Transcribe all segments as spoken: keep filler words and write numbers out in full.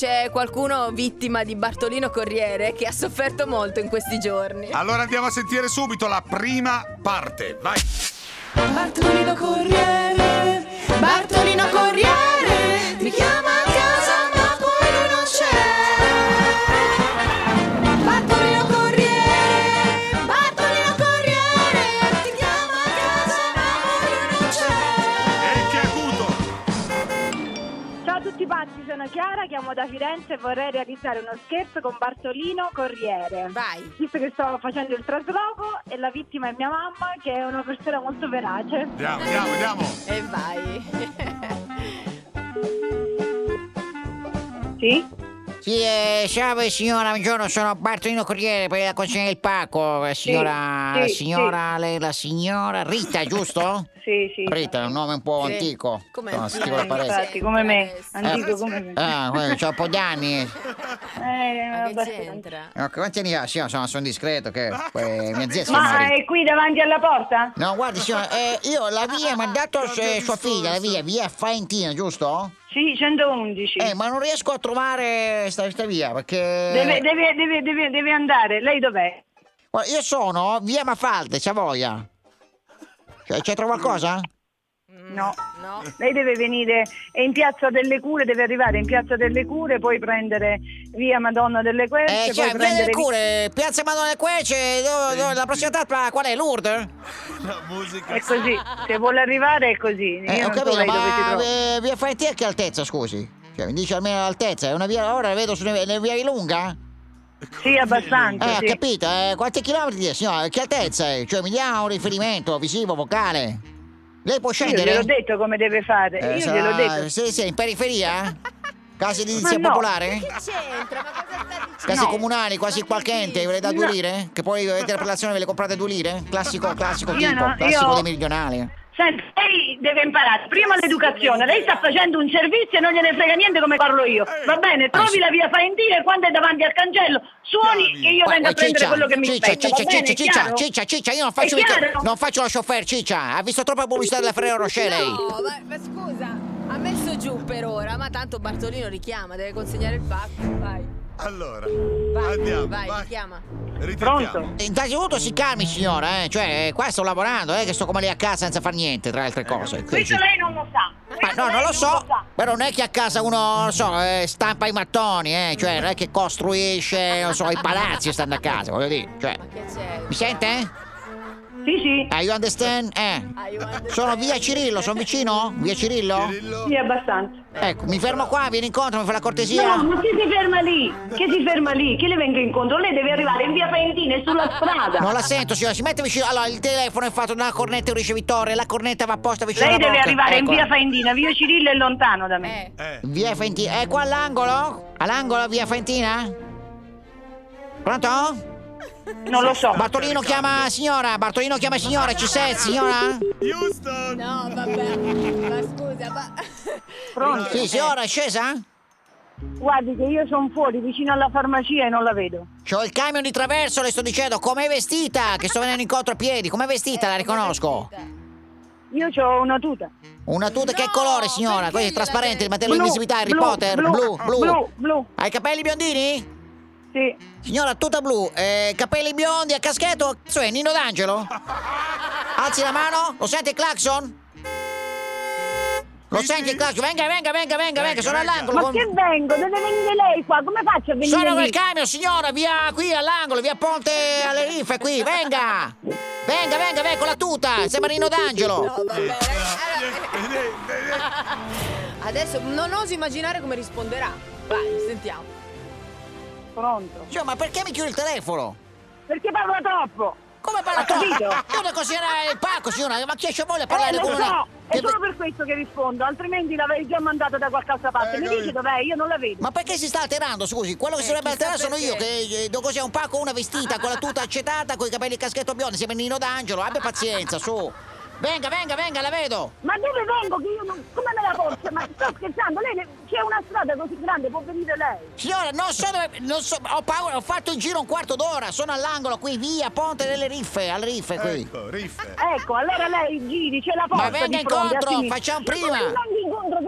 c'è qualcuno vittima di Bartolino Corriere che ha sofferto molto in questi giorni. Allora andiamo a sentire subito la prima parte. Vai. Bartolino Corriere, Bartolino Corriere, mi chiama a casa ma poi lui non c'è. Bartolino Corriere, Bartolino Corriere, ti chiama a casa ma poi lui non c'è. E che acuto! Ciao a tutti pazzi, sono Chiara, chiamo da Firenze e vorrei realizzare uno scherzo con Bartolino Corriere. Vai. Visto che sto facendo il trasloco e la vittima è mia mamma, che è una persona molto verace. Andiamo, andiamo, andiamo. E vai. Sì? Sì, eh, salve signora, buongiorno, sono Bartolino Corriere per la consegna del pacco. La signora, Sì, la sì, signora, lei la signora Rita, giusto? Sì, sì. Rita è un nome un po' Sì. antico. Come Insomma, antico? scrivo la Eh, parecchio. infatti, come me. Adesso. Antico come me. Ah, quello, c'ho un po' di anni. Eh, Ma che abbastanza. c'entra? No, quanti anni ha? Signora, sono, sono discreto, che poi mia zia si Ma chiama Rita. è qui davanti alla porta? No, guardi signora, eh, io la via mi ha dato eh, sua figlia, la via, via Faentina, giusto? Sì, centoundici. Eh, ma non riesco a trovare sta, sta via, perché... Deve, deve, deve, deve, deve andare. Lei dov'è? Guarda, io sono via Mafalda, Savoia. Cioè, c'è trovato qualcosa? No. No. Lei deve venire, è in Piazza delle Cure, deve arrivare in Piazza delle Cure, poi prendere via Madonna delle Querce, Eh, poi cioè, via prendere delle cure, piazza Madonna del Querce, dove, dove, la prossima tappa qual è? Lourdes? La musica. È così, se vuole arrivare è così. Io Eh, ho non so capito, lei dove si ma trova. eh, via Faentina che altezza, scusi? Cioè, mi dice almeno l'altezza, è una via, ora la vedo sulle nelle vie di lunga? Sì, abbastanza, Eh, ho sì. capito, eh, quanti chilometri è, signora? Che altezza è? Cioè, mi dia un riferimento visivo, vocale? Lei può Io scendere? gliel'ho detto come deve fare, Eh, io sa- gliel'ho detto. Sì, sì, in periferia? Case di edilizia Ma no. popolare? Che c'entra? Ma cosa sta dicendo? Case No. comunali, quasi Ma qualche che ente, dici? ve le da due No. lire? Che poi avete la prelazione ve le comprate due lire? Classico, classico Io tipo, no, classico io- dei meridionali. Senti, lei deve imparare prima l'educazione, lei sta facendo un servizio e non gliene frega niente come parlo io. Va bene, trovi la via Faentina e quando è davanti al cancello suoni Chiavi. che io vengo a prendere quello che mi ciccia, spetta. ciccia, Va bene, ciccia, ciccia, chiaro? ciccia, ciccia, io non faccio, È mica- chiaro? non faccio la chauffeur, ciccia. Ha visto troppa pubblicità della Ferrero Rocher lei? No, ma, ma scusa, ha messo giù per ora, ma tanto Bartolino richiama, deve consegnare il pacco. Vai. Allora, Vai, andiamo. vai, richiama. Ritentiamo. Pronto? Innanzitutto si calmi signora, eh, cioè qua sto lavorando, eh, che sto come lì a casa senza far niente, tra le altre cose. Questo lei non lo sa. Ma Questo no, lei non lo so, sa. però non è che a casa uno, non so, eh, stampa i mattoni, eh, cioè non è che costruisce, non so, i palazzi stando a casa, voglio dire, cioè. Ma che c'è? Mi sente? Sì, sì, Ah, you understand? Eh. Ah, you understand? Sono via Cirillo, sono vicino? Via Cirillo? Cirillo? sì, abbastanza. Ecco, mi fermo qua, vieni incontro, mi fa la No, cortesia? ma chi si ferma lì? Chi si ferma lì? Chi le venga incontro? Lei deve arrivare in via Faentina e sulla strada. Non la sento, signora, si mette vicino. Allora, il telefono è fatto da una cornetta e un ricevitore, la cornetta va apposta vicino Lei alla deve bocca. arrivare in Ecco. via Faentina, via Cirillo è lontano da me. Eh, Eh. Via Faentina. È qua all'angolo? All'angolo, via Faentina? Pronto? Non lo so. Bartolino chiama signora, Bartolino chiama signora, ci sei, signora? Houston! no, vabbè, ma scusa, ma... Pronto? Sì, signora, è scesa? Guardi che io sono fuori, vicino alla farmacia e non la vedo. C'ho il camion di traverso, le sto dicendo, com'è vestita? Che sto venendo incontro a piedi, com'è vestita? La riconosco. Io ho una tuta. Una tuta, che No, colore, signora? perché Questa è gliela trasparente, dai? il mantello di invisibilità, Harry Potter, blu, blu. Blu, blu. Ha i capelli biondini? Sì. Signora, tuta blu, eh, capelli biondi a caschetto, cazzo è Nino D'Angelo? Alzi la mano, lo sente il clacson? Lo sente il clacson? Venga, venga, venga, venga, venga, sono venga. all'angolo. Ma con- che vengo? Deve venire lei qua? Come faccio a venire Sono lì? nel camion, signora, via qui all'angolo, via Ponte alle Riffe, qui, venga! Venga, venga, venga, con la tuta, sembra Nino D'Angelo. No, vabbè, ragazzi, allora- Adesso non oso immaginare come risponderà. Vai, sentiamo. Pronto? Cioè, ma perché mi chiudi il telefono? Perché parlo troppo? Come parla Ha capito? troppo? Devo considerare il pacco, signora, ma chi esce vuole Eh, parlare lo con una... so, è che- solo per questo che rispondo, altrimenti l'avrei già mandato da qualche altra parte. Eh, Mi capito. dici dov'è? Io non la vedo. Ma perché si sta alterando, scusi? Quello che si Eh, dovrebbe chissà alterare sono io, perché. che eh, do così a un pacco, una vestita con la tuta accetata, con i capelli caschetto biondo, sembra Nino D'Angelo, abbia pazienza, su. Venga, venga, venga, la vedo. Ma dove vengo che io non... Come me la porta? Ma sto scherzando, lei ne- c'è una strada così grande, può venire lei. Signora, non so dove... Non so, ho paura, ho fatto il giro un quarto d'ora, sono all'angolo qui, via Ponte delle Riffe, alle Riffe qui. Ecco, Riffe. Ecco, allora lei giri, c'è la porta Ma venga di fronte, incontro, a sinistra. facciamo Ma prima. come vengo incontro che non ho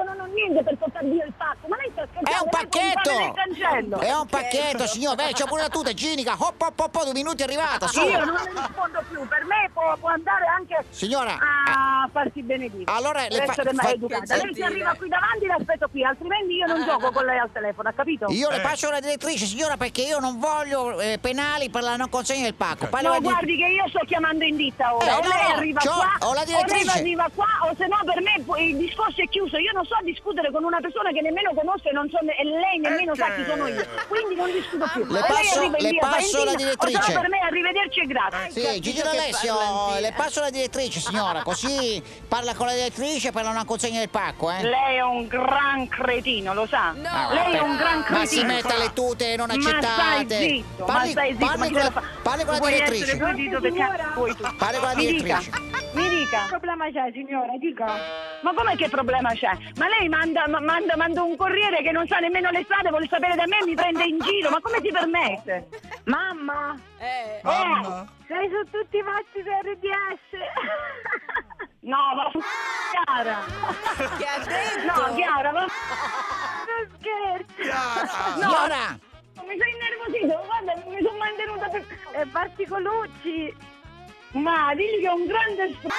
niente per portare via il pacco, ma lei sta scherzando? È un lei può entrare nel pacchetto! cancello. È un pacchetto, signor. Beh, c'è pure la tuta igienica. Hop, hop, hop, due minuti è arrivata, su. Io non ne rispondo più, per me può, può andare anche Signora, a farsi benedire. allora per le fa- essere fa- maleducata. Lei si arriva qui davanti, l'aspetto qui, altrimenti io non gioco con lei al telefono, ha capito? io le Eh. passo la direttrice, signora, perché io non voglio eh, penali per la non consegna del pacco. Parlo No, alla di- guardi che io sto chiamando in ditta ora. Eh, o no, lei no, arriva c'ho- qua, ho la o lei direttrice. arriva qua, o se no per me poi il discorso è chiuso. Io non so discutere con una persona che nemmeno conosco e non so ne- e lei nemmeno Eh sa che- chi sono io. Quindi non discuto più. Le O lei passo- arriva in le via passo Valentina, la direttrice. O se no per me arrivederci e grazie. Sì, capito Gigi che D'Alessio, parlantina. le passo la direttrice, signora, così parla con la direttrice per la non consegna del pacco, eh? Lei è un gran cretino, lo sa? No. Ah, Lei è vabbè. un gran Ma si cretino. metta le tute non Ma stai accettate. zitto, parli, ma stai zitto, parli ma chi con, te la, lo fa? parli con la Vuoi direttrice. essere due dito che cazzo vuoi tu? Parli con la Mi dica, direttrice. mi dica. Che problema c'è, signora? Dica. Ma com'è che problema c'è? Ma lei manda, ma- manda, manda un corriere che non sa nemmeno le strade, vuole sapere da me e mi prende in giro. Ma come si permette? Mamma, Eh. Mamma. sei su tutti i mazzi di R D S. No, va f***o, Chiara. Che ha detto? No, Chiara, va non scherzi. Chiara. No. Signora, Mi sono innervosito, guarda, mi sono mantenuta per... E Barticolucci. Ma digli che è un grande s***o.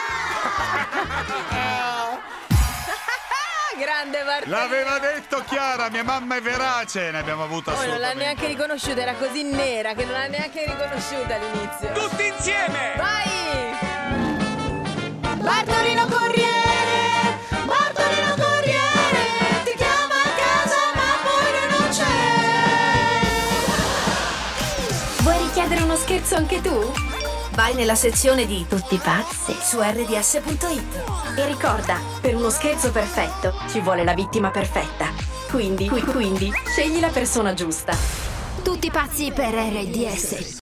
Grande Bartolini. L'aveva detto Chiara, mia mamma è verace, ne abbiamo avuta Oh, non l'ha assolutamente. neanche riconosciuta, era così nera che non l'ha neanche riconosciuta all'inizio. Tutti insieme! Vai! Bartolino Corriere, Bartolino Corriere, ti chiama a casa ma poi lui non c'è. Vuoi richiedere uno scherzo anche tu? Vai nella sezione di Tutti pazzi su erre di esse punto it e ricorda, per uno scherzo perfetto ci vuole la vittima perfetta. Quindi, qui- quindi, scegli la persona giusta. Tutti pazzi per erre di esse.